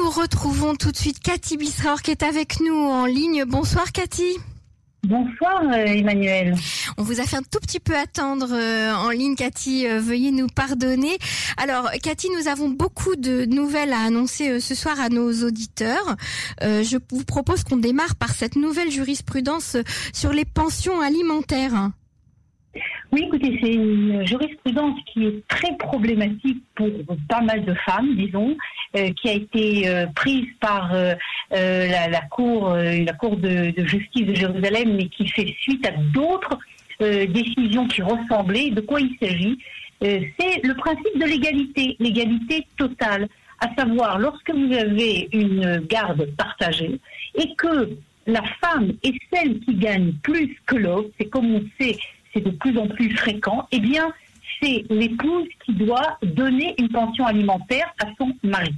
nous retrouvons tout de suite Cathy Bisraor qui est avec nous en ligne. Bonsoir Cathy. Bonsoir Emmanuel. On vous a fait un tout petit peu attendre en ligne Cathy, veuillez nous pardonner. Alors Cathy, nous avons beaucoup de nouvelles à annoncer ce soir à nos auditeurs. Je vous propose qu'on démarre par cette nouvelle jurisprudence sur les pensions alimentaires. Oui, écoutez, c'est une jurisprudence qui est très problématique pour pas mal de femmes, disons, qui a été prise par la Cour de justice de Jérusalem, mais qui fait suite à d'autres décisions qui ressemblaient. De quoi il s'agit ? C'est le principe de l'égalité totale, à savoir lorsque vous avez une garde partagée et que la femme est celle qui gagne plus que l'homme, c'est comme on sait, c'est de plus en plus fréquent, eh bien, c'est l'épouse qui doit donner une pension alimentaire à son mari.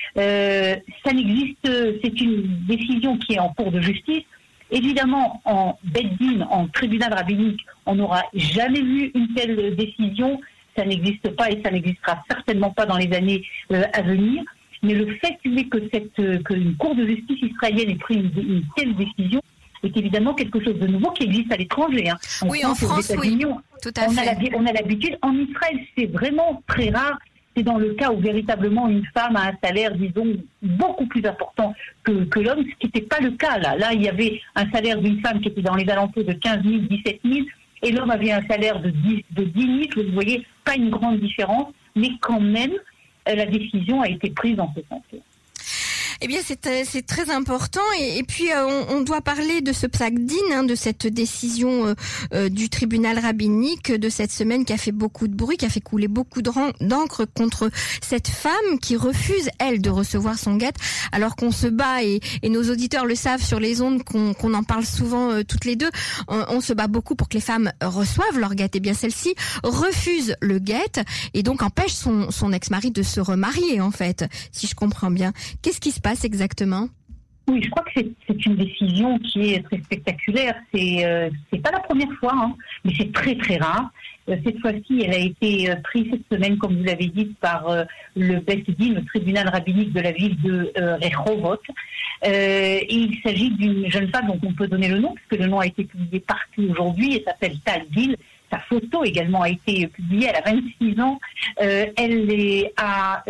Ça n'existe, c'est une décision qui est en cours de justice. Évidemment, en Beddin, en tribunal rabbinique, on n'aura jamais vu une telle décision. Ça n'existe pas et ça n'existera certainement pas dans les années à venir. Mais le fait qu'une cour de justice israélienne ait pris une telle décision est évidemment quelque chose de nouveau qui existe à l'étranger. Oui, en France, oui, tout à fait. On a l'habitude. En Israël, c'est vraiment très rare. C'est dans le cas où véritablement une femme a un salaire, disons, beaucoup plus important que l'homme, ce qui n'était pas le cas là. Là, il y avait un salaire d'une femme qui était dans les alentours de 15 000, 17 000, et l'homme avait un salaire de 10 000. Vous voyez, pas une grande différence, mais quand même, la décision a été prise en ce sens-là. Eh bien, c'est très important. Et puis, on doit parler de ce psak-din, de cette décision du tribunal rabbinique de cette semaine qui a fait beaucoup de bruit, qui a fait couler beaucoup d'encre contre cette femme qui refuse, elle, de recevoir son guet, alors qu'on se bat, et nos auditeurs le savent sur les ondes, qu'on en parle souvent toutes les deux. On se bat beaucoup pour que les femmes reçoivent leur guet. Eh bien, celle-ci refuse le guet et donc empêche son ex-mari de se remarier, en fait, si je comprends bien. Qu'est-ce qui se passe exactement ? Oui, je crois que c'est une décision qui est très spectaculaire. C'est pas la première fois, mais c'est très très rare. Cette fois-ci, elle a été prise cette semaine, comme vous l'avez dit, par le Beddin, le tribunal rabbinique de la ville de Rehovot. Et il s'agit d'une jeune femme dont on peut donner le nom, puisque le nom a été publié partout aujourd'hui. Elle s'appelle Tal Gil. Sa photo également a été publiée. Elle a 26 ans. Elle a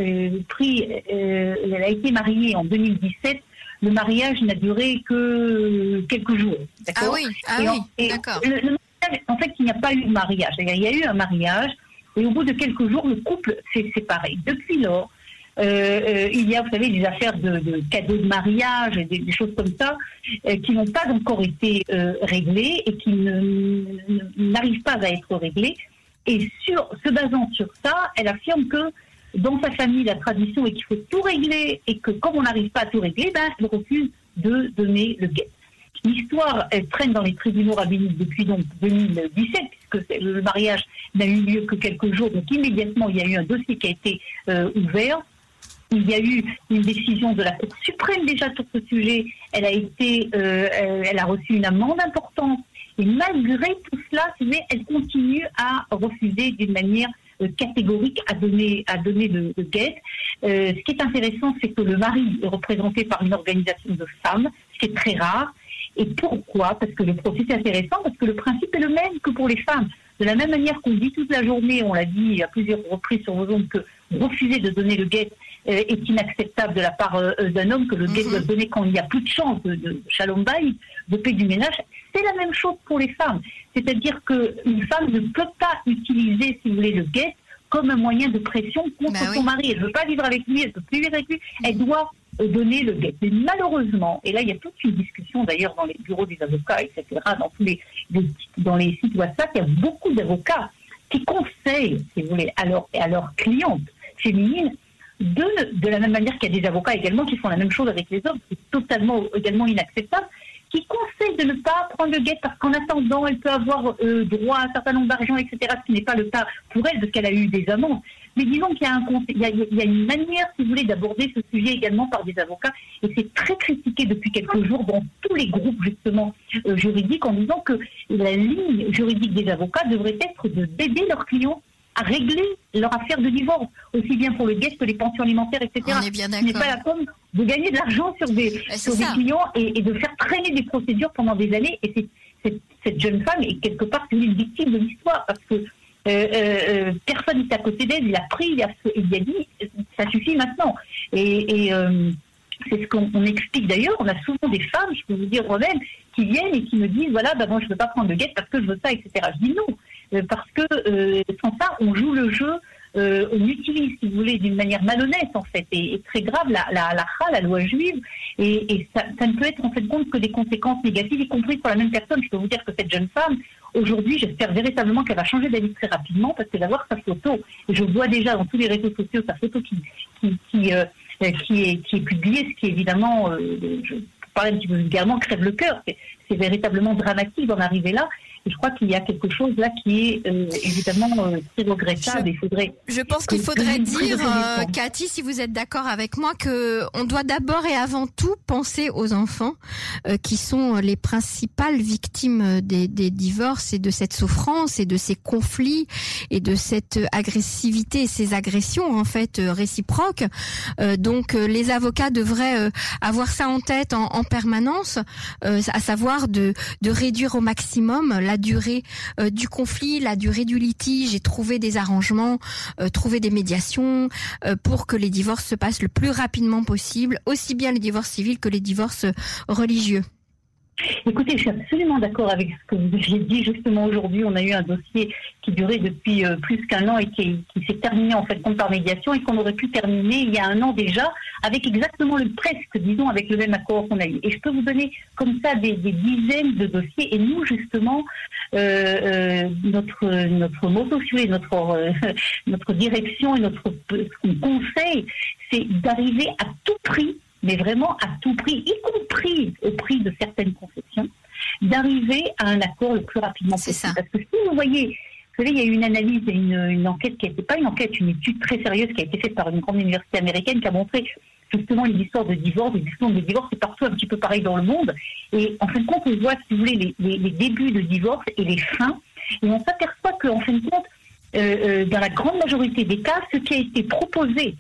été mariée en 2017. Le mariage n'a duré que quelques jours. D'accord ? D'accord. En fait, il n'y a pas eu de mariage. Il y a eu un mariage et au bout de quelques jours, le couple s'est séparé. Depuis lors, il y a, vous savez, des affaires de cadeaux de mariage, des choses comme ça, qui n'ont pas encore été réglées et qui n'arrivent pas à être réglées. Et se basant sur ça, elle affirme que dans sa famille, la tradition est qu'il faut tout régler et que comme on n'arrive pas à tout régler, elle refuse de donner le guet. L'histoire, elle traîne dans les tribunaux rabbiniques depuis donc 2017, puisque le mariage n'a eu lieu que quelques jours. Donc immédiatement, il y a eu un dossier qui a été ouvert. Il y a eu une décision de la Cour suprême déjà sur ce sujet. Elle a reçu une amende importante. Et malgré tout cela, elle continue à refuser d'une manière catégorique à donner le guet. Ce qui est intéressant, c'est que le mari est représenté par une organisation de femmes, ce qui est très rare. Et pourquoi ? Parce que le processus est intéressant, parce que le principe est le même que pour les femmes. De la même manière qu'on dit toute la journée, on l'a dit à plusieurs reprises sur vos ondes, que refuser de donner le guet est inacceptable de la part d'un homme, que le guet doit donner quand il n'y a plus de chance de shalom bayit, de paix du ménage. C'est la même chose pour les femmes. C'est-à-dire qu'une femme ne peut pas utiliser, si vous voulez, le guet comme un moyen de pression contre son mari. Elle ne veut pas vivre avec lui, elle ne peut plus vivre avec lui. Elle doit donner le guet. Mais malheureusement, et là il y a toute une discussion d'ailleurs dans les bureaux des avocats, etc., dans les sites WhatsApp, il y a beaucoup d'avocats qui conseillent, si vous voulez, à leurs clientes féminines de la même manière qu'il y a des avocats également qui font la même chose avec les hommes, c'est totalement également inacceptable, qui conseillent de ne pas prendre le guet parce qu'en attendant, elle peut avoir droit à un certain nombre d'argent, etc., ce qui n'est pas le cas pour elle parce qu'elle a eu des amendes. Mais disons qu'il y a une manière, si vous voulez, d'aborder ce sujet également par des avocats, et c'est très critiqué depuis quelques jours dans tous les groupes justement juridiques, en disant que la ligne juridique des avocats devrait être d'aider leurs clients à régler leur affaire de divorce, aussi bien pour le guest que les pensions alimentaires, etc. On est bien Ce n'est pas la peine de gagner de l'argent sur des clients et de faire traîner des procédures pendant des années. Et cette jeune femme est quelque part une victime de l'histoire, parce que personne n'était à côté d'elle, il a pris, il a dit, ça suffit maintenant. Et c'est ce qu'on explique d'ailleurs. On a souvent des femmes, je peux vous dire moi-même, qui viennent et qui me disent, voilà, moi je ne veux pas prendre de guest parce que je veux ça, etc. Je dis non, parce que sans ça, on joue le jeu, on utilise, si vous voulez, d'une manière malhonnête en fait, et très grave, la loi juive, et ça ne peut être en fait compte que des conséquences négatives, y compris pour la même personne. Je peux vous dire que cette jeune femme, aujourd'hui, j'espère véritablement qu'elle va changer d'avis très rapidement, parce que d'avoir sa photo, et je vois déjà dans tous les réseaux sociaux sa photo qui est publiée, ce qui évidemment, je parle un petit peu vulgairement, crève le cœur. C'est véritablement dramatique d'en arriver là. Et je crois qu'il y a quelque chose là qui est évidemment très regrettable. Je pense qu'il faudrait dire, Cathy, si vous êtes d'accord avec moi, que on doit d'abord et avant tout penser aux enfants qui sont les principales victimes des divorces et de cette souffrance et de ces conflits et de cette agressivité et ces agressions en fait réciproques. Donc les avocats devraient avoir ça en tête en permanence, à savoir de réduire au maximum la durée du conflit, la durée du litige et trouver des arrangements, trouver des médiations pour que les divorces se passent le plus rapidement possible, aussi bien les divorces civils que les divorces religieux. Écoutez, je suis absolument d'accord avec ce que vous aviez dit. Justement, aujourd'hui, on a eu un dossier qui durait depuis plus qu'1 an et qui s'est terminé en fait par médiation et qu'on aurait pu terminer il y a 1 an déjà avec exactement avec le même accord qu'on a eu. Et je peux vous donner comme ça des dizaines de dossiers. Et nous, justement, notre motto, notre direction et notre conseil, c'est d'arriver à tout prix, mais vraiment à tout prix, y compris au prix de certaines concessions, d'arriver à un accord le plus rapidement possible. Ça. Parce que si vous voyez, vous savez, il y a eu une analyse et une enquête qui n'était pas une enquête, une étude très sérieuse qui a été faite par une grande université américaine qui a montré justement les histoires de divorce, les histoires de divorce, c'est partout un petit peu pareil dans le monde. Et en fin de compte, on voit, si vous voulez, les débuts de divorce et les fins. Et on s'aperçoit qu'en fin de compte, dans la grande majorité des cas, ce qui a été proposé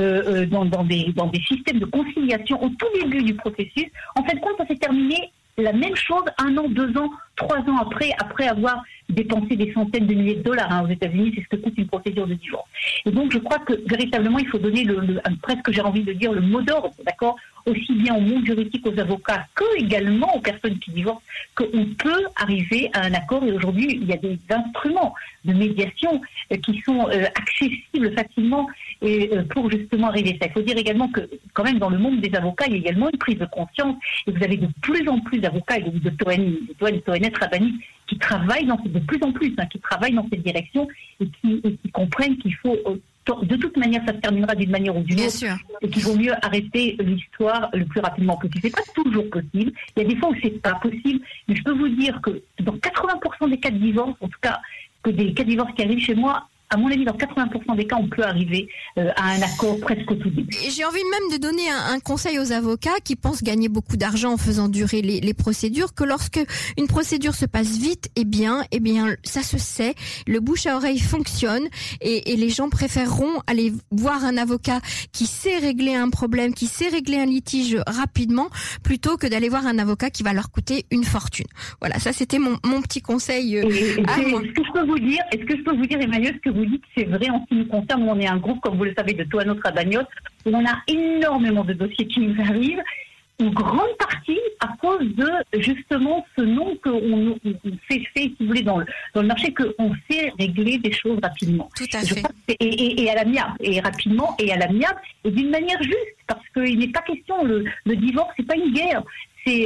dans des systèmes de conciliation au tout début du processus, en fin de compte, ça s'est terminé la même chose 1 an, 2 ans, 3 ans après avoir dépensé des centaines de milliers de dollars aux États-Unis, c'est ce que coûte une procédure de divorce. Et donc je crois que véritablement il faut donner presque j'ai envie de dire le mot d'ordre, d'accord, aussi bien au monde juridique, aux avocats, que également aux personnes qui divorcent, qu'on peut arriver à un accord. Et aujourd'hui, il y a des instruments de médiation qui sont accessibles facilement pour justement arriver à ça. Il faut dire également que quand même dans le monde des avocats, il y a également une prise de conscience et vous avez de plus en plus d'avocats et de Tohenet rabbiniques qui travaillent de plus en plus, qui travaillent dans cette direction et qui comprennent qu'il faut de toute manière, ça se terminera d'une manière ou d'une autre, et qu'il vaut mieux arrêter l'histoire le plus rapidement possible. C'est pas toujours possible. Il y a des fois où c'est pas possible, mais je peux vous dire que dans 80% des cas de divorce, en tout cas, que des cas de divorce qui arrivent chez moi, à mon avis, dans 80% des cas, on peut arriver à un accord presque au tout début. Et j'ai envie même de donner un conseil aux avocats qui pensent gagner beaucoup d'argent en faisant durer les procédures, que lorsque une procédure se passe vite et bien, ça se sait, le bouche à oreille fonctionne et les gens préféreront aller voir un avocat qui sait régler un problème, qui sait régler un litige rapidement, plutôt que d'aller voir un avocat qui va leur coûter une fortune. Voilà, ça c'était mon petit conseil à moi. Est-ce que je peux vous dire, Emmanuel, ce que vous dites, c'est vrai en ce qui nous concerne. On est un groupe, comme vous le savez, de Tohenet Rabbiniot, où on a énormément de dossiers qui nous arrivent, une grande partie à cause de justement ce nom qu'on s'est fait, si vous voulez, dans le marché, qu'on sait régler des choses rapidement. Tout à fait. Et à l'amiable, et rapidement, et à l'amiable, et d'une manière juste, parce qu'il n'est pas question, le divorce, c'est pas une guerre. C'est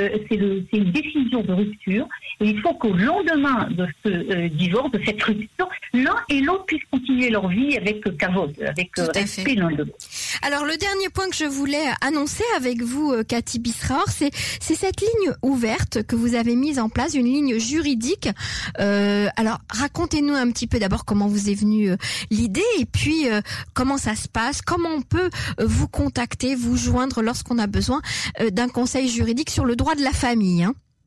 une décision de rupture et il faut qu'au lendemain de ce divorce, de cette rupture, l'un et l'autre puissent continuer leur vie avec kavod, avec respect l'un de l'autre. Alors le dernier point que je voulais annoncer avec vous, Cathy Bisraor, c'est cette ligne ouverte que vous avez mise en place, une ligne juridique. Alors racontez-nous un petit peu d'abord comment vous est venue l'idée et puis comment ça se passe, comment on peut vous contacter, vous joindre lorsqu'on a besoin d'un conseil juridique sur le droit de la famille.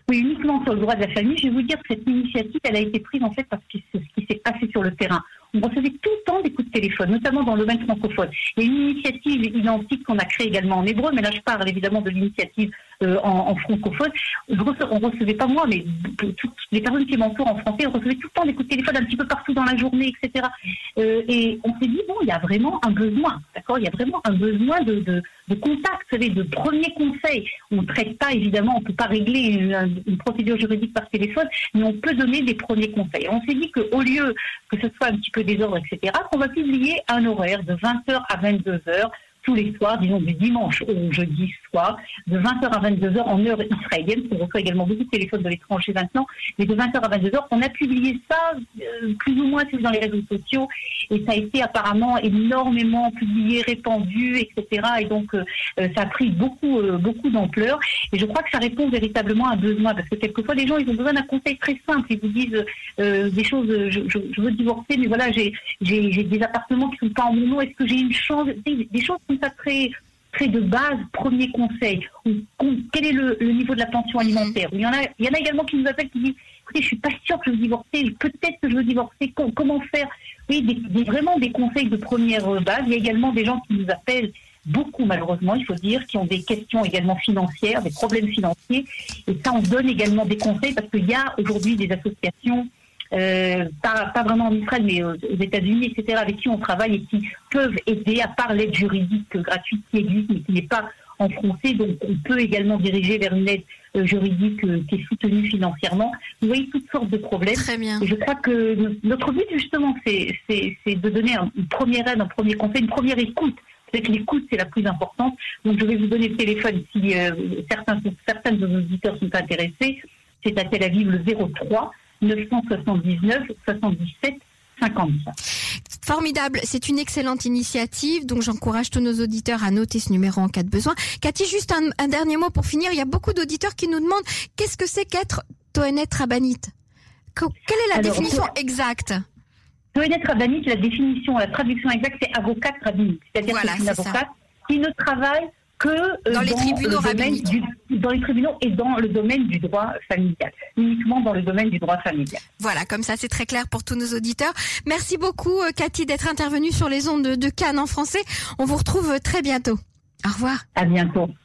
Oui, uniquement sur le droit de la famille. Je vais vous dire que cette initiative, elle a été prise en fait parce que c'est ce qui s'est passé sur le terrain. On recevait tout le temps des coups de téléphone, notamment dans le domaine francophone. Il y a une initiative identique qu'on a créée également en hébreu, mais là je parle évidemment de l'initiative en francophone. On recevait pas moi, mais toutes les personnes qui m'entourent en français, on recevait tout le temps des coups de téléphone un petit peu partout dans la journée, etc. Et on s'est dit, bon, il y a vraiment un besoin, d'accord ? Il y a vraiment un besoin de contact, vous savez, de premiers conseils. On ne traite pas, évidemment, on ne peut pas régler une procédure juridique par téléphone, mais on peut donner des premiers conseils. On s'est dit qu'au lieu que ce soit un petit peu désordre, etc., qu'on va publier un horaire de 20h à 22h tous les soirs, disons du dimanche au jeudi soir, de 20h à 22h en heure israélienne. On reçoit également beaucoup de téléphones de l'étranger maintenant, mais de 20h à 22h, on a publié ça plus ou moins dans les réseaux sociaux, et ça a été apparemment énormément publié, répandu, etc. Et donc ça a pris beaucoup d'ampleur, et je crois que ça répond véritablement à un besoin, parce que quelquefois les gens, ils ont besoin d'un conseil très simple. Ils vous disent des choses, je veux divorcer, mais voilà, j'ai des appartements qui sont pas en mon nom, est-ce que j'ai une chance, des choses comme ça très de base, premier conseil. Quel est le niveau de la pension alimentaire? Il y en a également qui nous appellent, qui disent, écoutez, je suis pas sûre que je veux divorcer, peut-être que je veux divorcer, comment faire? Oui, vraiment des conseils de première base. Il y a également des gens qui nous appellent, beaucoup malheureusement, il faut dire, qui ont des questions également financières, des problèmes financiers, et ça, on donne également des conseils, parce qu'il y a aujourd'hui des associations, pas vraiment en Israël, mais aux États-Unis, etc., avec qui on travaille et qui peuvent aider, à part l'aide juridique gratuite qui existe, mais qui n'est pas en français. Donc, on peut également diriger vers une aide juridique qui est soutenue financièrement. Vous voyez toutes sortes de problèmes. Très bien. Et je crois que notre but, justement, c'est de donner une première aide, un premier conseil, une première écoute. C'est que l'écoute, c'est la plus importante. Donc, je vais vous donner le téléphone si certains de nos auditeurs sont intéressés. C'est à Tel Aviv le 03 979 77 55. Formidable, c'est une excellente initiative, donc j'encourage tous nos auditeurs à noter ce numéro en cas de besoin. Cathy, juste un dernier mot pour finir. Il y a beaucoup d'auditeurs qui nous demandent qu'est-ce que c'est qu'être Tohenet Rabbanit. Quelle est la définition exacte? Tohenet Rabbanit, la définition, la traduction exacte, c'est avocate rabbinique. C'est-à-dire que c'est une avocate qui ne travaille que dans les tribunaux rabbiniques. Dans les tribunaux et dans le domaine du droit familial. Uniquement dans le domaine du droit familial. Voilà, comme ça c'est très clair pour tous nos auditeurs. Merci beaucoup Cathy d'être intervenue sur les ondes de Cannes en français. On vous retrouve très bientôt. Au revoir. À bientôt.